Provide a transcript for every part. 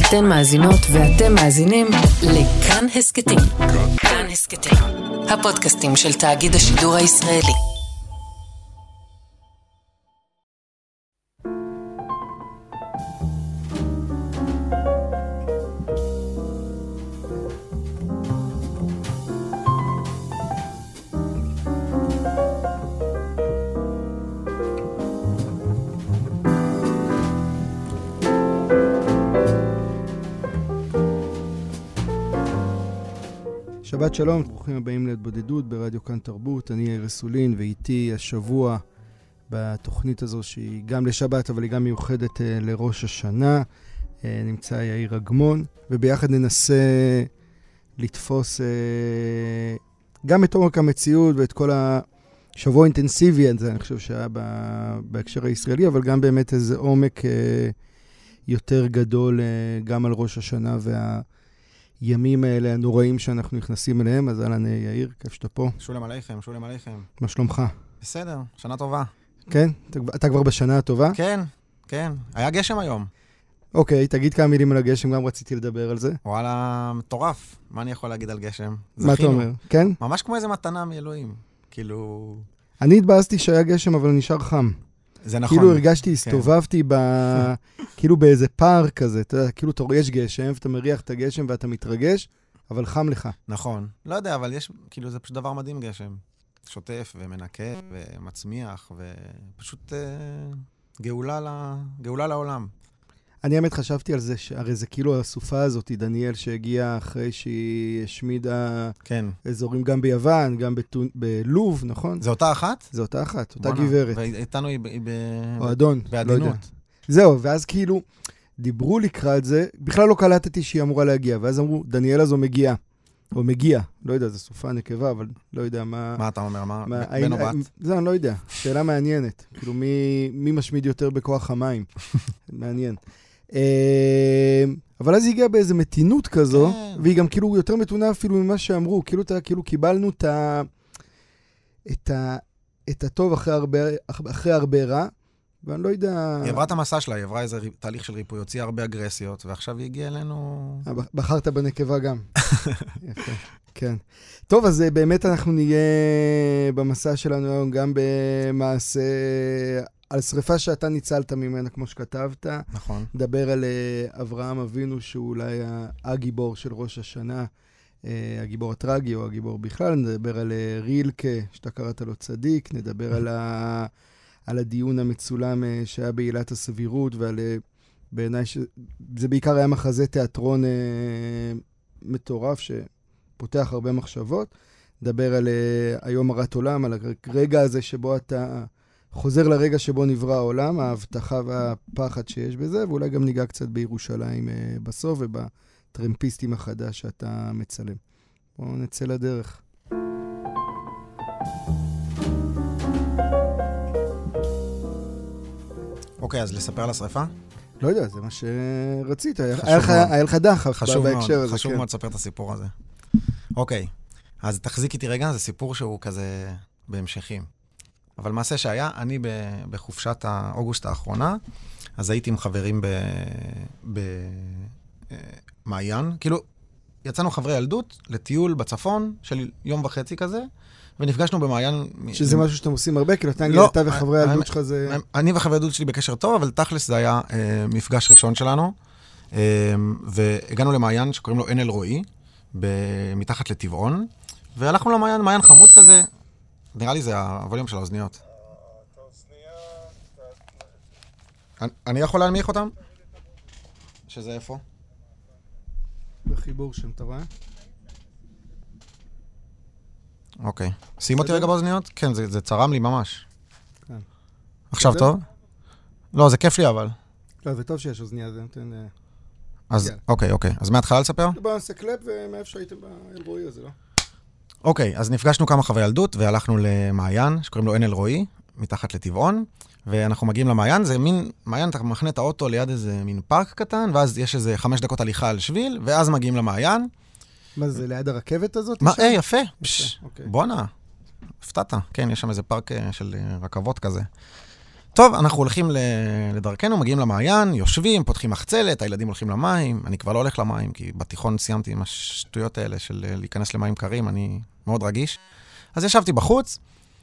אתן מאזינות ואתם מאזינים לכאן הסקטים. כאן הסקטים, הפודקאסטים של תאגיד השידור הישראלי. שבת שלום, ברוכים הבאים להתבודדות ברדיו כאן תרבות. אני יאיר סולין, ואיתי השבוע בתוכנית הזו שהיא גם לשבת אבל היא גם מיוחדת לראש השנה, נמצא יאיר אגמון, וביחד ננסה לתפוס גם את עומק המציאות ואת כל השבוע האינטנסיבי הזה, אני חושב שהיה בהקשר הישראלי, אבל גם באמת איזה עומק יותר גדול גם על ראש השנה ימים האלה הנוראים שאנחנו נכנסים אליהם. אז אהלן יאיר, כיף שאתה פה. שולם עליכם, שולם עליכם. מה שלומך? בסדר, שנה טובה. כן? אתה כבר בשנה הטובה? כן, כן. היה גשם היום. אוקיי, תגיד כמה מילים על הגשם, גם רציתי לדבר על זה. וואלה, מטורף. מה אני יכול להגיד על גשם? מה אתה אומר? כן? ממש כמו איזה מתנה מאלוהים. כאילו... אני התבאסתי שהיה גשם, אבל נשאר חם. זה נכון. כאילו הרגשתי, הסתובבתי כאילו באיזה פארק כזה, אתה יודע, כאילו יש גשם, ואתה מריח את הגשם ואתה מתרגש, אבל חם לך. נכון. לא יודע, אבל יש, כאילו זה פשוט דבר מדהים גשם. שוטף ומנקה ומצמיח, ופשוט גאולה לעולם. אני האמת חשבתי על זה, הרי זה כאילו הסופה הזאת, דניאל, שהגיעה אחרי שהיא השמידה אזורים גם ביוון, גם בלוב, נכון? זה אותה אחת? זה אותה אחת, אותה גברת. ואיתנו היא או אדון, לא יודע. זהו, ואז כאילו דיברו לקראת זה, בכלל לא קלטתי שהיא אמורה להגיע, ואז אמרו, דניאל הזו מגיעה, או מגיע, לא יודע, זו סופה נקבה, אבל לא יודע מה... מה אתה אומר? בן או בת? זהו, אני לא יודע, שאלה מעניינת, כאילו מי משמיד יותר בכוח המים, מעניין. אבל אז היא הגיעה באיזו מתינות כזו, והיא גם כאילו יותר מתונה אפילו ממה שאמרו, כאילו קיבלנו את הטוב אחרי הרבה רע, ואני לא יודע... היא עברה את המסע שלה, היא עברה איזה תהליך של ריפוי, הוציאה הרבה אגרסיות, ועכשיו היא הגיעה אלינו... בחרת בנקבה גם. יפה, כן. טוב, אז באמת אנחנו נהיה במסע שלנו היום גם במעשה... על שריפה שאתה ניצלת ממנה, כמו שכתבת. נכון. נדבר על אברהם אבינו, שהוא אולי הגיבור של ראש השנה, הגיבור הטרגי או הגיבור בכלל. נדבר על רילקה, שאתה קראת לו צדיק. נדבר על הדיון המצולם שהיה בעילת הסבירות, ועל בעיניי שזה בעיקר היה מחזה תיאטרון מטורף, שפותח הרבה מחשבות. נדבר על היום הרת עולם, על הרגע הזה שבו אתה... חוזר לרגע שבו נברא העולם, ההבטחה והפחד שיש בזה, ואולי גם ניגע קצת בירושלים בסוף, ובטרמפיסטים החדש שאתה מצלם. בואו נצא לדרך. אוקיי, אז לספר על השריפה? לא יודע, זה מה שרצית. היה לך דחף בהקשר הזה. חשוב מאוד לספר את הסיפור הזה. אוקיי, אז תחזיק איתי רגע, זה סיפור שהוא כזה בהמשכים. אבל מעשה שהיה, אני בחופשת האוגוסט האחרונה, אז הייתי עם חברים במעיין, כאילו, יצאנו חברי ילדות לטיול בצפון של יום וחצי כזה, ונפגשנו במעיין... שזה משהו שאתם עושים הרבה, כאילו אתה וחברי הילדות שלך זה... אני וחברי הילדות שלי בקשר טוב, אבל תכלס זה היה מפגש ראשון שלנו, והגענו למעיין שקוראים לו עין אלרועי, מתחת לטבעון, והלכנו למעיין, מעיין חמוד כזה, נראה לי זה הווליום של האוזניות. אני יכול להנמיך אותם? שזה איפה? בחיבור שם, אתה רואה? אוקיי. שים אותי רגע באוזניות? כן, זה צרם לי ממש. עכשיו טוב? לא, זה כיף לי אבל. לא, זה טוב שיש אוזניה, זה נותן... אז אוקיי. אז מההתחלה לספר? בוא נעשה קלאפ ומאיפה שהייתם באלרועי הזה, לא? אוקיי, אז נפגשנו כמה חברי ילדות, והלכנו למעיין, שקוראים לו עין אלרועי, מתחת לטבעון, ואנחנו מגיעים למעיין, זה מין, מעיין, אתה מכנה את האוטו ליד איזה מין פארק קטן, ואז יש איזה 5 דקות הליכה על שביל, ואז מגיעים למעיין. מה זה, ליד הרכבת הזאת? יפה. בואנה, הפתעת. כן, יש שם איזה פארק של רכבות כזה. טוב, אנחנו הולכים לדרכנו, מגיעים למעיין, יושבים, פותחים מחצלת, הילדים הולכים למים, אני כבר לא הולך למים, כי בתיכון סיימתי עם השטויות האלה של להיכנס למים קרים, אני מאוד רגיש. אז ישבתי בחוץ,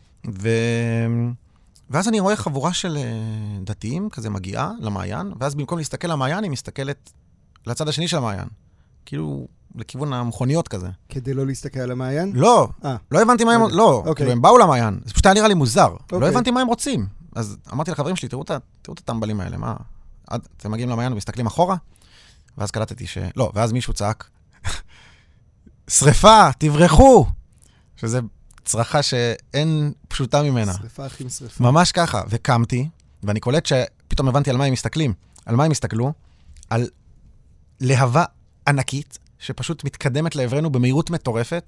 ואז אני רואה חבורה של דתיים, כזה מגיעה למעיין, ואז במקום להסתכל למעיין, היא מסתכלת לצד השני של המעיין. כאילו, לכיוון המכוניות כזה. כדי לא להסתכל על המעיין? לא, לא הבנתי מה הם, לא, כאילו הם באו למעיין, זה פשוט היה נראה לי מוזר, לא הבנתי מה הם רוצים. אז אמרתי לחברים שלי, תראו את הטמבלים האלה, מה? אתם מגיעים למעיין ומסתכלים אחורה? ואז קלטתי לא, ואז מישהו צעק, שריפה, תברחו! שזה צרחה שאין פשוטה ממנה. שריפה אחים שריפה. ממש ככה, וקמתי, ואני קולט שפתאום הבנתי על מה הם מסתכלים. על מה הם הסתכלו? על להבה ענקית, שפשוט מתקדמת לעברנו במהירות מטורפת,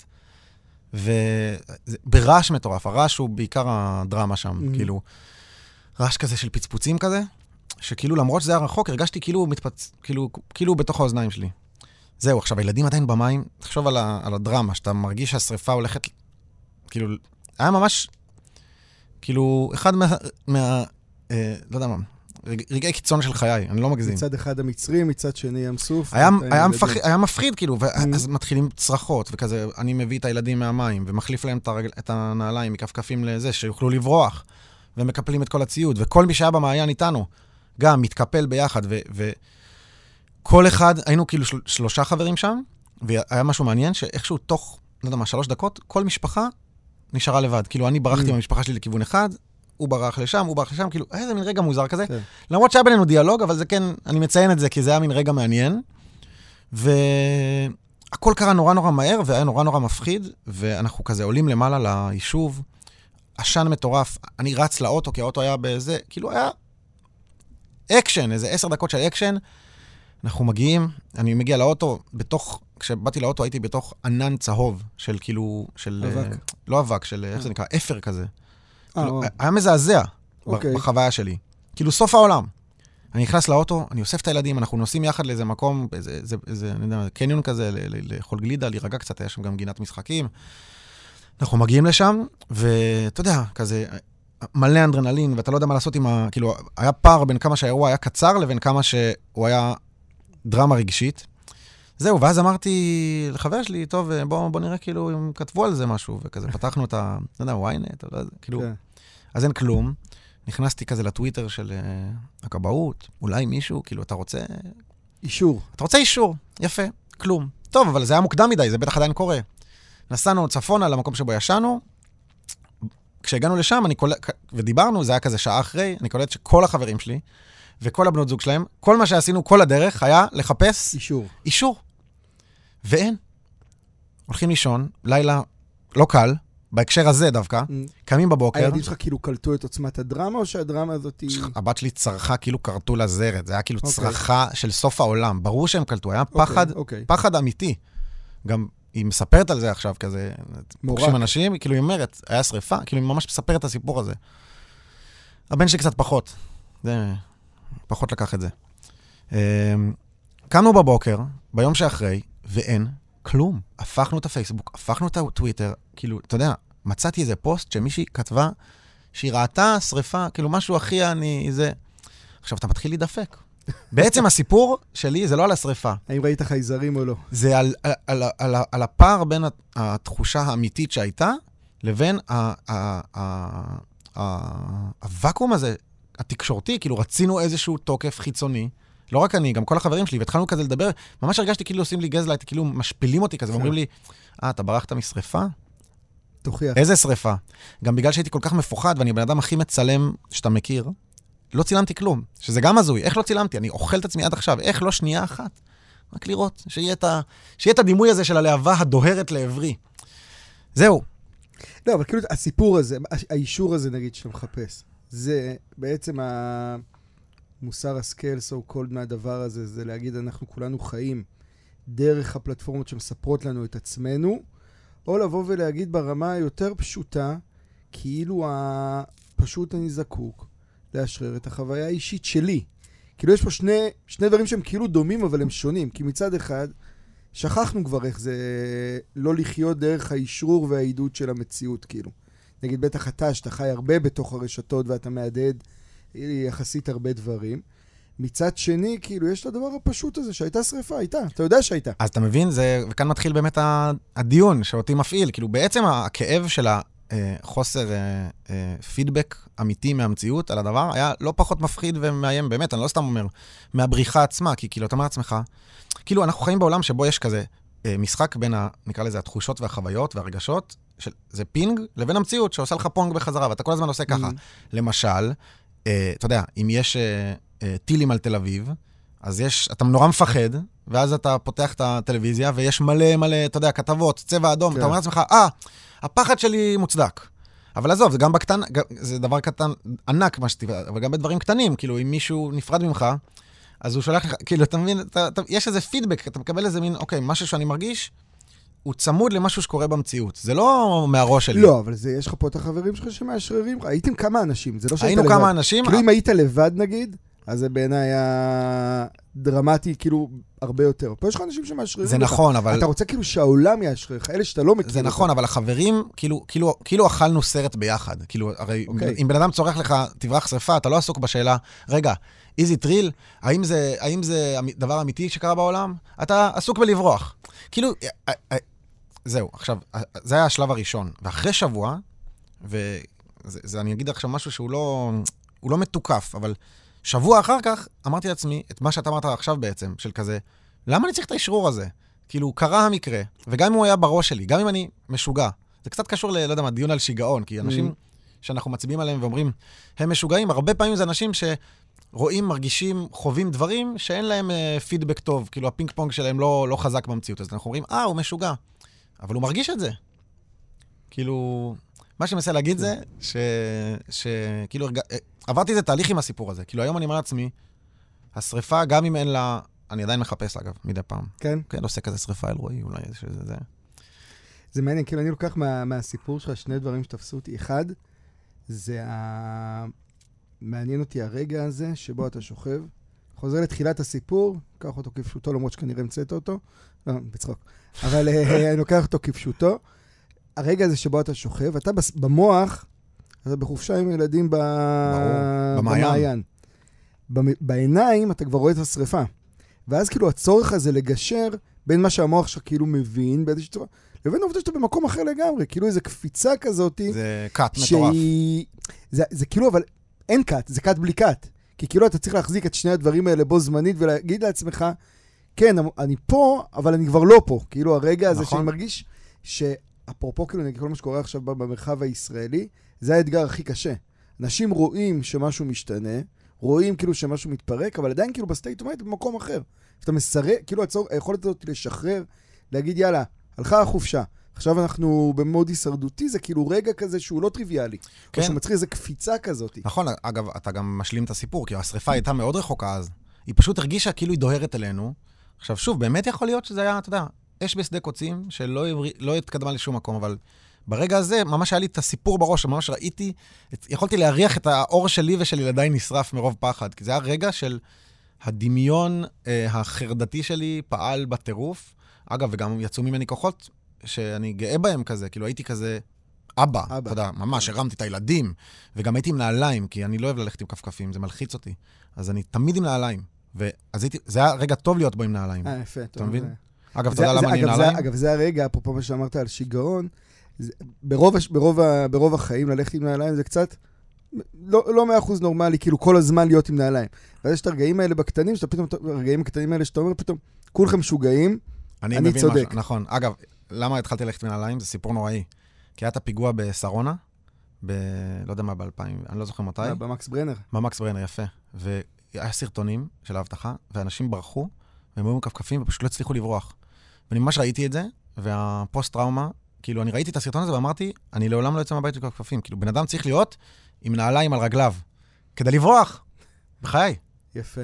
וברעש מטורף. הרעש הוא בעיקר הדרמה שם, כאילו, רעש כזה של פצפוצים כזה, שכאילו למרות שזה היה רחוק, הרגשתי כאילו בתוך האוזניים שלי. זהו, עכשיו, הילדים עדיין במים, תחשוב על הדרמה, שאתה מרגיש שהשריפה הולכת, כאילו, היה ממש, כאילו, אחד לא יודע מה, רגעי קיצון של חיי, אני לא מגזים. מצד אחד המצרים, מצד שני ים סוף. היה מפחיד, כאילו, ואז מתחילים צרחות, וכזה, אני מביא את הילדים מהמים, ומחליף להם את הנעליים מכפכפים לזה, שיוכלו לברוח, ומקפלים את כל הציוד, וכל מי שהיה במעיין איתנו, גם מתקפל ביחד, וכל אחד, היינו כאילו 3 חברים שם, והיה משהו מעניין, שאיכשהו תוך, לא יודע מה, 3 דקות, כל משפחה נשארה לבד. כאילו, אני ברחתי מהמשפחה שלי לכיוון אחד, הוא ברח לשם, כאילו, איזה מין רגע מוזר כזה. למרות שהיה בינינו דיאלוג, אבל זה כן, אני מציין את זה, כי זה היה מין רגע מעניין. והכל קרה נורא נורא מהר, והיה נורא נורא מפחיד, ואנחנו כזה עולים למעלה ליישוב, עשן מטורף, אני רץ לאוטו, כי האוטו היה באיזה, כאילו היה אקשן, איזה 10 דקות של אקשן. אנחנו מגיעים, אני מגיע לאוטו, כשבאתי לאוטו הייתי בתוך ענן צהוב, של כאילו, אבק. לא אבק, של, איך זה נקרא, אפר כזה. היה מזעזע בחוויה שלי. כאילו סוף העולם. אני נכנס לאוטו, אני אוסף את הילדים, אנחנו נוסעים יחד לאיזה מקום, איזה, אני יודע, קניון כזה, לאכול גלידה, להירגע קצת, היה שם גם גינת משחקים. אנחנו מגיעים לשם, ואתה יודע, כזה מלא אנדרנלין, ואתה לא יודע מה לעשות עם כאילו, היה פער בין כמה שהאירוע היה קצר, לבין כמה שהוא היה דרמה רגשית. זהו, ואז אמרתי לחבר שלי, טוב, בוא נראה כאילו אם כתבו על זה משהו, וכזה פתחנו את לא יודע, וויינט, כאילו, אז אין כלום. נכנסתי כזה לטוויטר של הכבאות, אולי מישהו, כאילו, אתה רוצה אישור. אתה רוצה אישור, יפה, כלום. טוב, אבל זה היה מוקדם מדי, זה בטח עדיין קורה. נסענו צפונה למקום שבו ישנו, כשהגענו לשם, ודיברנו, זה היה כזה שעה אחרי, אני קולט שכל החברים שלי, וכל הבנות זוג שלהם, כל מה שעשינו כל הדרך היה לחפש אישור. ואין. הולכים לישון, לילה לא קל, בהקשר הזה דווקא, קמים בבוקר. הילדים שלך כאילו קלטו את עוצמת הדרמה, או שהדרמה הזאת היא... הבת שלי צרחה כאילו קרטו לזרת, זה היה כאילו צרחה של סוף העולם. ברור שהם קלטו, היה פחד אמיתי. גם היא מספרת על זה עכשיו כזה, פוגשים אנשים, כאילו היא אומרת, היה שריפה, כאילו היא ממש מספרת את הסיפור הזה. הבן שלי קצת פחות. זה... פחות לקח את זה. קמנו בבוקר, ביום שאחרי, ואין כלום. הפכנו את הפייסבוק, הפכנו את הטוויטר, כאילו, אתה יודע, מצאתי איזה פוסט שמישהי כתבה שהיא ראתה שריפה, כאילו משהו הכי זה... עכשיו, אתה מתחיל להידפק. בעצם הסיפור שלי זה לא על השריפה. האם ראית חייזרים או לא? זה על הפער בין התחושה האמיתית שהייתה, לבין הוואקום הזה, התקשורתי, כאילו רצינו איזשהו תוקף חיצוני, לא רק אני, גם כל החברים שלי, והתחלנו כזה לדבר, ממש הרגשתי כאילו עושים לי גזלייט, כאילו משפילים אותי כזה, ואומרים לי, אתה ברחת משריפה? תוכיח. איזה שריפה? גם בגלל שהייתי כל כך מפוחד, ואני בן אדם הכי מצלם שאתה מכיר, לא צילמתי כלום, שזה גם הזוי, איך לא צילמתי? אני אוכל את עצמי עד עכשיו, איך לא שנייה אחת? רק לראות, שיהיה את הדימוי הזה של הלהבה הדוהרת לעברי. זהו. לא, אבל כאילו הסיפור הזה, האישור הזה נגיד שאתה מחפש, זה בעצם המוסר הסקל, so called מהדבר הזה, זה להגיד אנחנו כולנו חיים דרך הפלטפורמות שמספרות לנו את עצמנו, או לבוא ולהגיד ברמה היותר פשוטה, כאילו פשוט אני זקוק לאשרר את החוויה האישית שלי. כאילו יש פה שני דברים שהם כאילו דומים, אבל הם שונים. כי מצד אחד, שכחנו כבר איך זה לא לחיות דרך האישרור והעידוד של המציאות, כאילו. נגיד, בטח אתה, שאתה חי הרבה בתוך הרשתות, ואתה מעדד יחסית הרבה דברים. מצד שני, כאילו, יש את הדבר הפשוט הזה, שהייתה שריפה, הייתה. אתה יודע שהייתה. אז אתה מבין, וכאן מתחיל באמת הדיון שאותי מפעיל. כאילו, בעצם הכאב של החוסר פידבק אמיתי מהמציאות על הדבר, היה לא פחות מפחיד ומאיים, באמת, אני לא סתם אומר, מהבריחה עצמה, כי כאילו, אתה אומר לעצמך, כאילו, אנחנו חיים בעולם שבו יש כזה משחק בין, נקרא לזה, התחושות והחוויות והרגשות, זה פינג לבין המציאות שעושה לך פונג בחזרה, ואתה כל הזמן עושה ככה. למשל, אתה יודע, אם יש טילים על תל אביב, אז אתה נורא מפחד, ואז אתה פותח את הטלוויזיה, ויש מלא, אתה יודע, כתבות, צבע אדום, אתה אומר לעצמך, הפחד שלי מוצדק. אבל עזוב, זה גם בקטן, זה דבר קטן, ענק, אבל גם בדברים קטנים, כאילו, אם מישהו נפרד ממך, אז הוא שולח לך, כאילו, אתה מבין, יש איזה פידבק, אתה מקבל איזה מין, אוקיי, משהו שאני מרגיש, הוא צמוד למשהו שקורה במציאות. זה לא מהראש שלי. לא, אבל יש לך פה את החברים שלך שמאשררים. הייתם כמה אנשים, זה לא שהיית לבד. היינו כמה אנשים. כאילו אם היית לבד נגיד, אז זה בעיניי היה דרמטי, כאילו, הרבה יותר. פה יש לך אנשים שמאשררים לך. זה נכון, אבל... אתה רוצה כאילו שהעולם יאשרר לך, אלה שאתה לא מכיר. זה נכון, אבל החברים, כאילו אכלנו סרט ביחד. כאילו, הרי אם בן אדם צורך לך, תברח שריפה, אתה לא עסוק בשאלה, רגע, is it real? האם זה דבר אמיתי שקרה בעולם? אתה עסוק בלברוח. כאילו, זהו, עכשיו, זה היה השלב הראשון. ואחרי שבוע, אני אגיד עכשיו משהו שהוא לא מתוקף, אבל שבוע אחר כך אמרתי לעצמי, את מה שאתה אמרת עכשיו בעצם, של כזה, למה אני צריך את האשרור הזה? כאילו, קרה המקרה, וגם אם הוא היה בראש שלי, גם אם אני משוגע, זה קצת קשור לא יודע מה, דיון על שיגעון, כי אנשים שאנחנו מצביעים עליהם ואומרים, הם משוגעים, הרבה פעמים זה אנשים רואים, מרגישים, חווים דברים שאין להם פידבק טוב, כאילו הפינג פונג שלהם לא חזק במציאות, אז אנחנו אומרים, הוא משוגע, אבל הוא מרגיש את זה. כאילו, מה שמנסה להגיד זה, שכאילו, עברתי איזה תהליך עם הסיפור הזה, כאילו היום אני אומר לעצמי, השריפה, גם אם אין לה, אני עדיין מחפש אגב, מדי פעם. כן? כן, עושה כזה שריפה אלרועי, אולי שזה. זה מעניין, כאילו אני לוקח מהסיפור שלך שני דברים שתפסו אותי. אחד, זה מעניין אותי הרגע הזה שבו אתה שוכב, חוזר לתחילת הסיפור, קח אותו כפשוטו, למרות שכנראה המצאת אותו, לא, בצחוק, אבל אני לוקח אותו כפשוטו, הרגע הזה שבו אתה שוכב, אתה במוח, אתה בחופשה עם ילדים במעיין. בעיניים אתה כבר רואה את השריפה, ואז כאילו הצורך הזה לגשר בין מה שהמוח שלך כאילו מבין באיזושהי צורה, לבין העובדה שאתה במקום אחר לגמרי, כאילו איזו קפיצה כזאת. זה קאט מטורף. זה כאילו, אבל אין קאט, זה קאט בלי קאט. כי כאילו אתה צריך להחזיק את שני הדברים האלה בו זמנית ולהגיד לעצמך, כן, אני פה, אבל אני כבר לא פה. כאילו הרגע הזה שאני מרגיש שאפרופו כאילו נגיד כל מה שקורה עכשיו במרחב הישראלי, זה האתגר הכי קשה. אנשים רואים שמשהו משתנה, רואים כאילו שמשהו מתפרק, אבל עדיין כאילו בסטייט אומרת במקום אחר. אתה מסרק, כאילו היכולת הזאת לשחרר, להגיד יאללה, הלכה החופשה. עכשיו אנחנו במוד הישרדותי, זה כאילו רגע כזה שהוא לא טריוויאלי. כן. או שהוא מצריך איזו קפיצה כזאת. נכון, אגב, אתה גם משלים את הסיפור, כי השריפה הייתה מאוד רחוקה אז. היא פשוט הרגישה כאילו היא דוהרת אלינו. עכשיו שוב, באמת יכול להיות שזה היה, אתה יודע, אש בשדה קוצים, שלא התקדמה לשום מקום, אבל ברגע הזה ממש היה לי את הסיפור בראש, ממש ראיתי, יכולתי להריח את האור שלי ושל ילדיי נשרף מרוב פחד, כי זה היה רגע של הדמיון החרדתי שלי פעל בטירוף. אגב, וגם יצאו ממני כוחות שאני גאה בהם כזה, כאילו הייתי כזה אבא, אתה יודע, ממש הרמתי את הילדים, וגם הייתי עם נעליים, כי אני לא אוהב ללכת עם כפכפים, זה מלחיץ אותי. אז אני תמיד עם נעליים, זה היה רגע טוב להיות בו עם נעליים. יפה, אתה מבין? אגב, אתה יודע למה אני עם נעליים? אגב, זה הרגע, אפרופו מה שאמרת על שיגעון, ברוב החיים ללכת עם נעליים זה קצת לא 100% נורמלי, כאילו כל הזמן להיות עם נעליים. ואז יש את הרגעים האלה בקטנים, שאתה פתאום, הרגעים הקטנים האלה שאתה אומר פתאום, כולכם משוגעים, אני צודק. נכון. אגב, למה התחלתי ללכת עם נעליים? זה סיפור נוראי. כי היה את הפיגוע בשרונה, לא יודע מה, ב-2000, אני לא זוכר מתי. במקס ברנר. במקס ברנר, יפה. והיה סרטונים של ההבטחה, ואנשים ברחו, והם היו מכפכפים, ופשוט לא הצליחו לברוח. ואני ממש ראיתי את זה, והפוסט-טראומה, כאילו, אני ראיתי את הסרטון הזה ואמרתי, אני לעולם לא יוצא מהבית עם כפכפים. כאילו, בן אדם צריך להיות עם נעליים על רגליו, כדי לברוח. בחיי. יפה.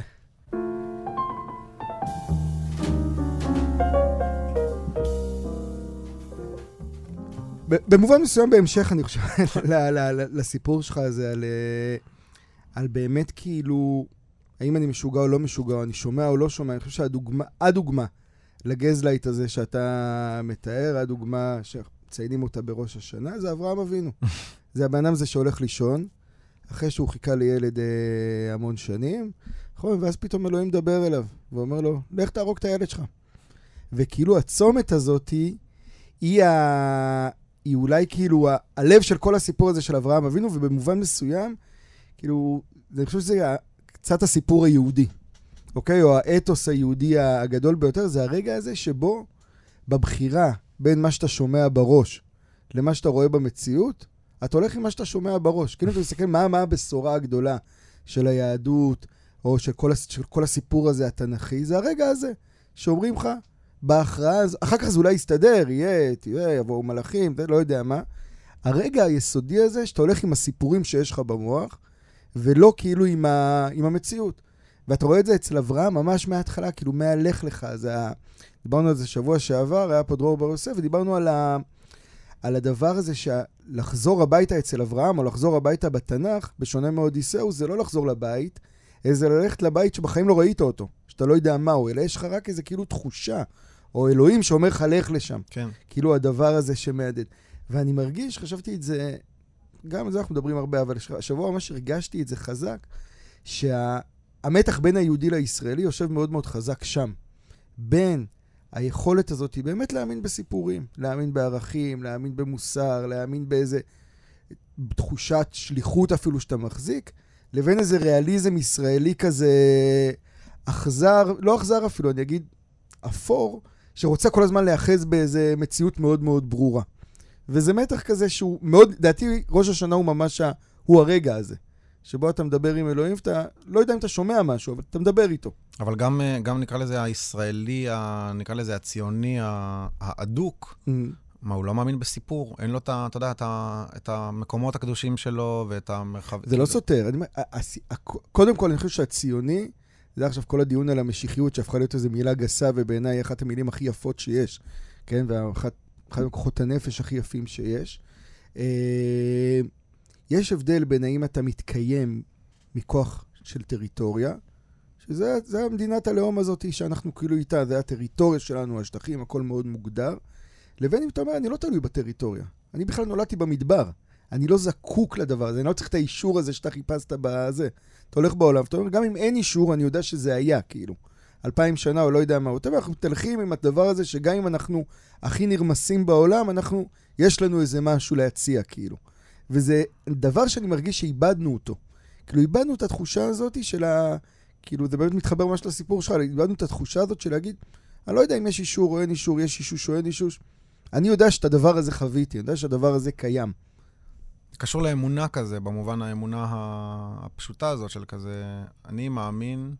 במובן מסוים בהמשך, אני חושב, לסיפור שלך הזה, על באמת כאילו, האם אני משוגע או לא משוגע, או אני שומע או לא שומע, אני חושב שהדוגמה לגזלייט הזה שאתה מתאר, הדוגמה שציינים אותה בראש השנה, זה אברהם אבינו. זה הבן אדם הזה שהולך לישון, אחרי שהוא חיכה לילד המון שנים, נכון? ואז פתאום אלוהים מדבר אליו, ואומר לו, לך תהרוג את הילד שלך. וכאילו הצומת הזאת היא אולי כאילו הלב של כל הסיפור הזה של אברהם אבינו, ובמובן מסוים, כאילו, אני חושב שזה קצת הסיפור היהודי, אוקיי? או האתוס היהודי הגדול ביותר, זה הרגע הזה שבו, בבחירה בין מה שאתה שומע בראש למה שאתה רואה במציאות, אתה הולך עם מה שאתה שומע בראש. כאילו אתה מסתכל מה הבשורה הגדולה של היהדות, או של כל הסיפור הזה התנ"כי, זה הרגע הזה שאומרים לך, בהכרעה, אחר כך זה אולי יסתדר, יבואו מלאכים, לא יודע מה. הרגע היסודי הזה, שאתה הולך עם הסיפורים שיש לך במוח, ולא כאילו עם המציאות. ואתה רואה את זה אצל אברהם ממש מההתחלה, כאילו מהלך לך. דיברנו על זה שבוע שעבר, היה פה דרור בר יוסף, ודיברנו על הדבר הזה שלחזור הביתה אצל אברהם, או לחזור הביתה בתנ"ך, בשונה מאודיסאוס, זה לא לחזור לבית, זה ללכת לבית שבחיים לא ראית אותו, שאתה לא יודע מהו, אלא יש לך רק איזה כאילו תחושה, או אלוהים שאומר לך לך לשם. כן. כאילו הדבר הזה שמעדד. ואני מרגיש, חשבתי את זה, גם על זה אנחנו מדברים הרבה, אבל השבוע ממש הרגשתי את זה חזק, שהמתח בין היהודי לישראלי יושב מאוד מאוד חזק שם. בין היכולת הזאת היא באמת להאמין בסיפורים, להאמין בערכים, להאמין במוסר, להאמין באיזה תחושת שליחות אפילו שאתה מחזיק, לבין איזה ריאליזם ישראלי כזה אכזר, לא אכזר אפילו, אני אגיד אפור, שרוצה כל הזמן להאחז באיזה מציאות מאוד מאוד ברורה. וזה מתח כזה שהוא מאוד, דעתי ראש השנה הוא ממש, הוא הרגע הזה, שבו אתה מדבר עם אלוהים, אתה לא יודע אם אתה שומע משהו, אבל אתה מדבר איתו. אבל גם נקרא לזה הישראלי, נקרא לזה הציוני, האדוק, מה, הוא לא מאמין בסיפור, אין לו אתה יודע, את המקומות הקדושים שלו ואת המרחב. זה לא סותר. קודם כל, אני חושב שהציוני, זה עכשיו כל הדיון על המשיחיות, שהפכה להיות איזו מילה גסה, ובעיניי אחת המילים הכי יפות שיש, כן? ואחת מכוחות הנפש הכי יפים שיש. יש הבדל בין האם אתה מתקיים מכוח של טריטוריה, שזה המדינת הלאום הזאת שאנחנו כאילו איתה, זה הטריטוריה שלנו, השטחים, הכל מאוד מוגדר, לבין אם אתה אומר, אני לא תלוי בטריטוריה. אני בכלל נולדתי במדבר. אני לא זקוק לדבר הזה. אני לא צריך את האישור הזה שאתה חיפשת בזה. אתה הולך בעולם, אתה אומר, גם אם אין אישור, אני יודע שזה היה, כאילו. 2000 שנה, או לא יודע מה. אנחנו תלכים עם הדבר הזה, שגם אם אנחנו הכי נרמסים בעולם, יש לנו איזה משהו להציע, כאילו. וזה דבר שאני מרגיש שאיבדנו אותו. כאילו, איבדנו את התחושה הזאת של כאילו, זה באמת מתחבר ממש לסיפור שלך, איבדנו את התחושה הזאת של להגיד, אני לא יודע אם יש אישור או אין אישור, יש אישוש או אין אישוש. אני יודע שאת הדבר הזה חוויתי, אני יודע שהדבר הזה קיים. קשור לאמונה כזה, במובן האמונה הפשוטה הזאת של כזה, אני מאמין,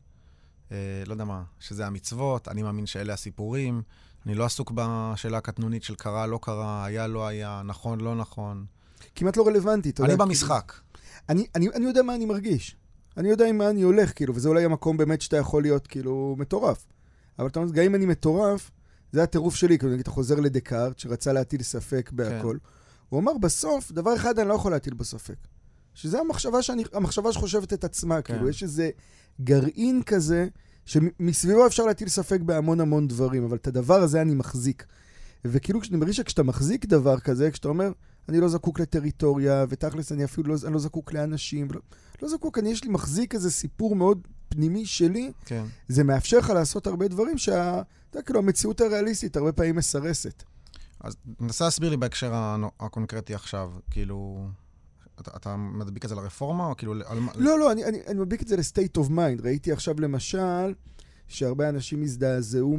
לא יודע מה, שזה המצוות, אני מאמין שאלה הסיפורים, אני לא עסוק בשאלה הקטנונית של קרה, לא קרה, היה, לא היה, נכון, לא נכון. כמעט לא רלוונטי. אני במשחק. אני יודע מה אני מרגיש. אני יודע עם מה אני הולך, כאילו, וזה אולי המקום באמת שאתה יכול להיות, כאילו, מטורף. אבל אתה אומר, גם אם אני מטורף, זה הטירוף שלי, כאילו, נגיד, אתה חוזר לדקארט, שרצה להטיל ספק בהכל. הוא אומר, בסוף, דבר אחד אני לא יכול להטיל בספק. שזה המחשבה שחושבת את עצמה, כאילו, יש איזה גרעין כזה, שמסביבו אפשר להטיל ספק בהמון המון דברים, אבל את הדבר הזה אני מחזיק. וכאילו, אני מרגיש שכשאתה מחזיק דבר כזה, כשאתה אומר, אני לא זקוק לטריטוריה, ותכלס אני אפילו לא זקוק לאנשים, לא זקוק, יש לי מחזיק איזה סיפור מאוד פנימי שלי, כן. זה מאפשר לך לעשות הרבה דברים כאילו, המציאות הריאליסטית הרבה פעמים מסרסת. אז ננסה להסביר לי בהקשר הקונקרטי עכשיו, כאילו, אתה מדביק את זה לרפורמה, או כאילו... לא, אני מדביק את זה לסטייט אוף מיינד. ראיתי עכשיו למשל, שהרבה אנשים הזדעזעו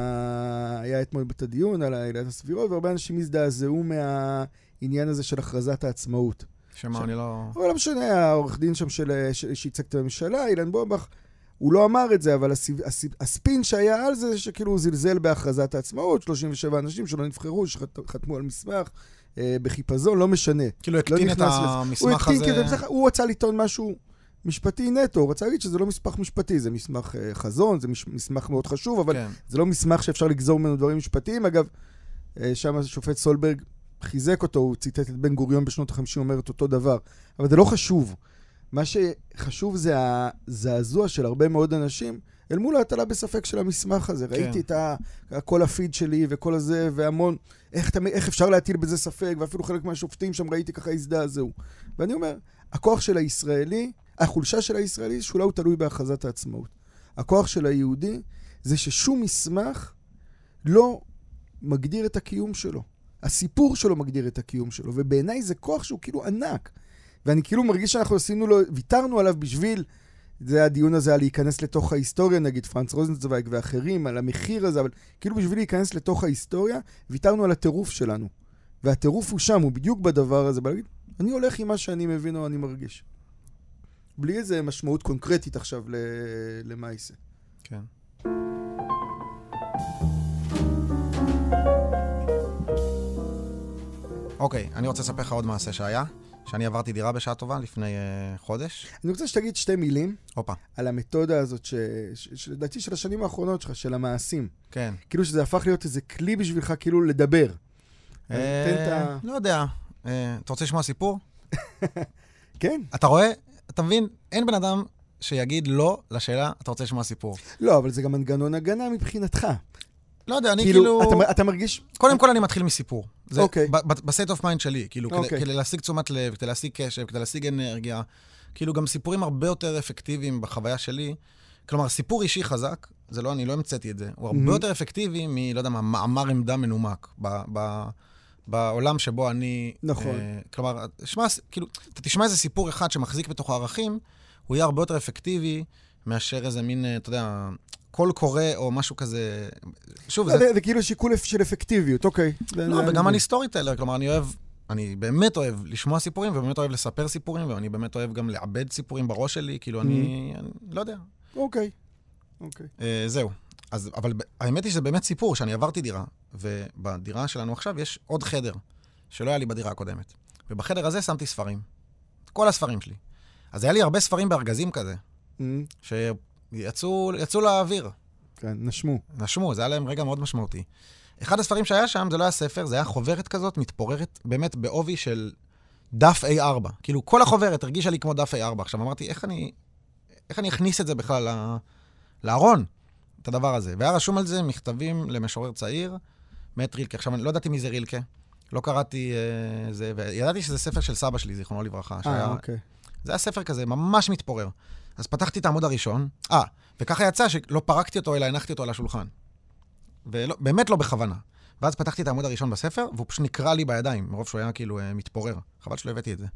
היה אתמול בדיון על העילת הסבירות, והרבה אנשים הזדעזעו מהעניין הזה של הכרזת העצמאות. שמה, אני לא... אבל לא משנה, העורך דין שם שייצג את הממשלה, אילן בומבך, הוא לא אמר את זה, אבל הספין שהיה על זה, שכאילו הוא זלזל בהכרזת העצמאות, 37 אנשים שלא נבחרו, שחתמו על מסמך בחיפזון, לא משנה. כאילו הקטין את המסמך הזה... הוא רצה לטעון משהו משפטי נטו, הוא רצה להגיד שזה לא מסמך משפטי, זה מסמך חזון, זה מסמך מאוד חשוב, אבל זה לא מסמך שאפשר לגזור ממנו דברים משפטיים. אגב, שם השופט סולברג חיזק אותו, הוא ציטט את בן גוריון בשנות ה-50, אומר את אותו דבר. אבל זה לא חשוב. מה שחשוב זה הזעזוע של הרבה מאוד אנשים, אל מול ההטלה בספק של המסמך הזה. ראיתי את כל הפיד שלי וכל הזה, והמון, איך אפשר להטיל בזה ספק, ואפילו חלק מהשופטים שם ראיתי ככה הזדעזעו. ואני אומר, הכוח של הישראלי, החולשה של הישראלי, שאולי הוא תלוי בהכרזת העצמאות. הכוח של היהודי, זה ששום מסמך לא מגדיר את הקיום שלו. הסיפור שלו מגדיר את הקיום שלו, ובעיניי זה כוח שהוא כאילו ענק. ואני כאילו מרגיש שאנחנו ויתרנו עליו בשביל, זה הדיון הזה על להיכנס לתוך ההיסטוריה, נגיד פרנץ רוזנצוויג ואחרים, על המחיר הזה, אבל כאילו בשביל להיכנס לתוך ההיסטוריה, ויתרנו על הטירוף שלנו. והטירוף הוא שם, הוא בדיוק בדבר הזה, בלהגיד, אני הולך עם מה שאני מבין או אני מרגיש. בלי איזה משמעות קונקרטית עכשיו למעשה. כן. אוקיי, אני רוצה לספר לך עוד מעשה שהיה, שאני עברתי דירה בשעה טובה לפני חודש. אני רוצה שתגיד שתי מילים. אופה. על המתודה הזאת, שלדעתי של השנים האחרונות שלך, של המעשים. כן. כאילו שזה הפך להיות איזה כלי בשבילך, כאילו לדבר. לא יודע. אתה רוצה לשמוע סיפור? כן. אתה רואה? אתה מבין? אין בן אדם שיגיד לא לשאלה, אתה רוצה לשמוע סיפור. לא, אבל זה גם מנגנון הגנה מבחינתך. לא יודע, אני כאילו... אתה מרגיש... קודם כל אני מתחיל מסיפור. אוקיי. בסט אוף מיינד שלי, כאילו, כדי להשיג תשומת לב, כדי להשיג קשב, כדי להשיג אנרגיה, כאילו גם סיפורים הרבה יותר אפקטיביים בחוויה שלי. כלומר, סיפור אישי חזק, זה לא, אני לא המצאתי את זה, הוא הרבה יותר אפקטיבי מ, לא יודע מה, מאמר עמדה מנומק, בעולם שבו אני... נכון. כלומר, כאילו, אתה תשמע איזה סיפור אחד שמחזיק בתוך הערכים, הוא יהיה הרבה יותר אפקטיבי מאשר איזה מין, אתה יודע... קול קורא או משהו כזה... שוב, זה כאילו שיקול של אפקטיביות, אוקיי. לא, וגם אני סטורי טיילר, כלומר, אני באמת אוהב לשמוע סיפורים, ובאמת אוהב לספר סיפורים, ואני באמת אוהב גם לעבד סיפורים בראש שלי, כאילו, אני לא יודע. אוקיי. זהו. אבל האמת היא שזה באמת סיפור, שאני עברתי דירה, ובדירה שלנו עכשיו יש עוד חדר, שלא היה לי בדירה הקודמת. ובחדר הזה שמתי ספרים. כל הספרים שלי. אז היה לי הרבה ספרים בארגזים כזה, יצאו לאוויר. כן, נשמו, זה היה להם רגע מאוד משמעותי. אחד הספרים שהיה שם, זה לא היה ספר, זה היה חוברת כזאת, מתפוררת, באמת בעובי של דף A4. כאילו, כל החוברת הרגישה לי כמו דף A4. עכשיו אמרתי, איך אני אכניס את זה בכלל לארון, את הדבר הזה? והיה רשום על זה מכתבים למשורר צעיר, מאת רילקה. עכשיו, אני לא ידעתי מי זה רילקה, לא קראתי זה, וידעתי שזה ספר של סבא שלי, זיכרונו לברכה. אוקיי. זה היה ספר כזה, ממש מתפורר. אז פתחתי את העמוד הראשון, וככה יצא שלא פרקתי אותו, אלא הנחתי אותו על השולחן. באמת לא בכוונה. ואז פתחתי את העמוד הראשון בספר, והוא פשוט נקרא לי בידיים, מרוב שהוא היה כאילו מתפורר. חבל שלא הבאתי את זה.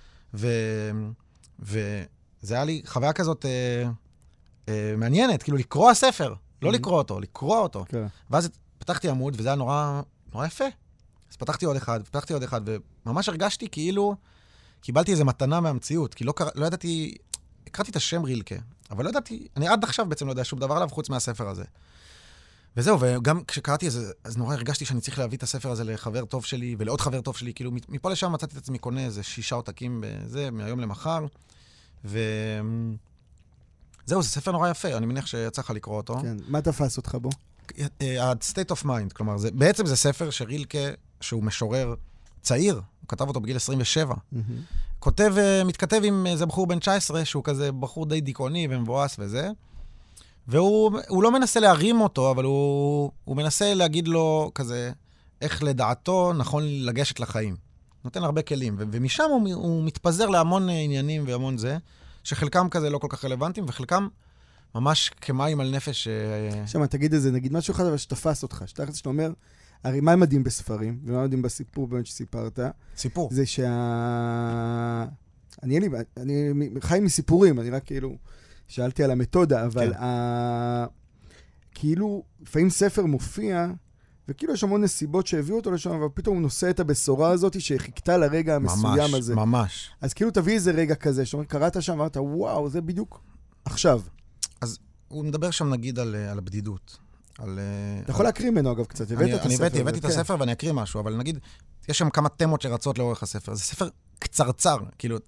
וזה היה לי חוויה כזאת מעניינת, כאילו לקרוא הספר, לא לקרוא אותו, לקרוא אותו. ואז פתחתי עמוד, וזה היה נורא יפה. אז פתחתי עוד אחד, וממש הרגשתי כאילו קיבלתי איזו מתנה מהמציאות, כי לא ידעתי... הקראתי את השם רילקה, אבל לא ידעתי, אני עד עכשיו בעצם לא יודע שום דבר עליו חוץ מהספר הזה. וזהו, וגם כשקראתי אז נורא הרגשתי שאני צריך להביא את הספר הזה לחבר טוב שלי, ולעוד חבר טוב שלי, כאילו מפה לשם מצאתי את עצמי קונה איזה 6 עותקים בזה, מהיום למחר, זהו, זה ספר נורא יפה, אני מניח שיצא לך לקרוא אותו. כן, מה תפס אותך בו? ה-State of Mind, כלומר, בעצם זה ספר שרילקה, שהוא משורר צעיר, הוא כתב אותו בגיל 27, מתכתב עם איזה בחור בן 19, שהוא כזה בחור די דיכאוני ומבואס וזה, והוא לא מנסה להרים אותו, אבל הוא מנסה להגיד לו כזה, איך לדעתו נכון לגשת לחיים. נותן הרבה כלים, ומשם הוא מתפזר להמון עניינים והמון זה, שחלקם כזה לא כל כך רלוונטיים, וחלקם ממש כמים על נפש... שמה, תגיד איזה, נגיד משהו אחד, אבל שתפס אותך, שאתה אומר, הרי מה מדהים בספרים, ומה מדהים בסיפור באמת שסיפרת? סיפור. זה אני חי מסיפורים, אני רק כאילו שאלתי על המתודה, אבל כאילו, לפעמים ספר מופיע, וכאילו יש המון נסיבות שהביאו אותו לשם, אבל פתאום הוא נושא את הבשורה הזאת שחיכתה לרגע המסוים הזה. ממש. אז כאילו תביא איזה רגע כזה, שאומר, קראת שם, אמרת, וואו, זה בדיוק עכשיו. אז הוא מדבר שם נגיד על הבדידות. אתה יכול להקריא ממנו אגב קצת, הבאתי את הספר ואני אקריא משהו, אבל נגיד, יש שם כמה תמות שרצות לאורך הספר. זה ספר קצרצר, כאילו,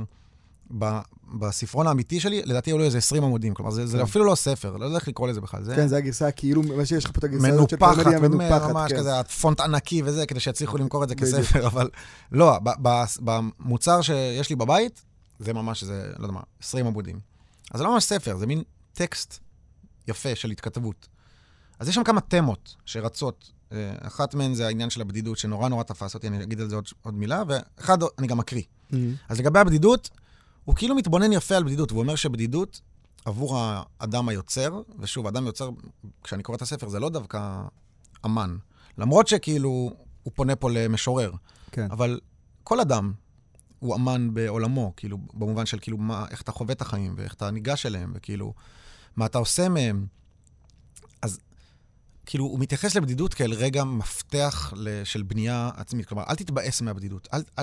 בספרון האמיתי שלי, לדעתי היו לו איזה 20 עמודים, כלומר, זה אפילו לא ספר, לא יודע איך לקרוא לזה בכלל. כן, זה הגרסה, כאילו, מה שיש לך פה את הגרסה הזאת של קרמליה מנופחת. ממש כזה, פונט ענקי וזה, כדי שיצליחו למכור את זה כספר, אבל לא, במוצר שיש לי בבית, זה ממש, לא יודע מה, 20 עמודים. אז זה לא ממש ספר, זה מין טקסט יפה של התכתבות. אז יש שם כמה תמות שרצות. אחת מהן זה העניין של הבדידות, שנורא נורא תפס אותי, אני אגיד על זה עוד מילה, ואחד אני גם אקריא. אז לגבי הבדידות, הוא כאילו מתבונן יפה על בדידות, והוא אומר שבדידות עבור האדם היוצר, ושוב, האדם יוצר, כשאני קורא את הספר, זה לא דווקא אמן. למרות שכאילו הוא פונה פה למשורר. כן. אבל כל אדם הוא אמן בעולמו, כאילו, במובן של כאילו, איך אתה חווה את החיים, ואיך אתה ניגש אליהם, וכאילו, מה אתה עושה מהם. אז כאילו, הוא מתייחס לבדידות כאל רגע מפתח של בנייה עצמית. כלומר, אל תתבאס מהבדידות.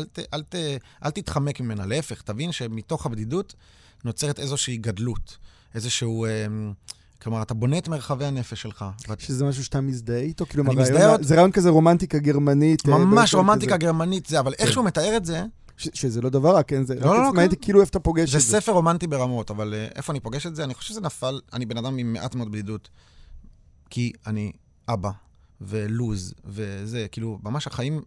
אל תתחמק ממנה. להפך, תבין שמתוך הבדידות נוצרת איזושהי גדלות. איזשהו... כלומר, אתה בונה את מרחבי הנפש שלך. שזה משהו שאתה מזדהה איתו? כאילו, אני מזדהה... זה רעיון כזה רומנטיקה גרמנית. ממש רומנטיקה גרמנית זה, אבל איך שהוא מתאר את זה... שזה לא דבר רע, כן? זה לא, רק עצמאית, כאילו איפה אתה פוגש את זה. זה ספר רומנטי ברמות, אבל איפה אני פוגש את זה? אני חושב שזה נפל, אני בן אדם עם מעט מאוד בדידות. כי אני אבא, ולוז, וזה, כאילו, ממש החיים,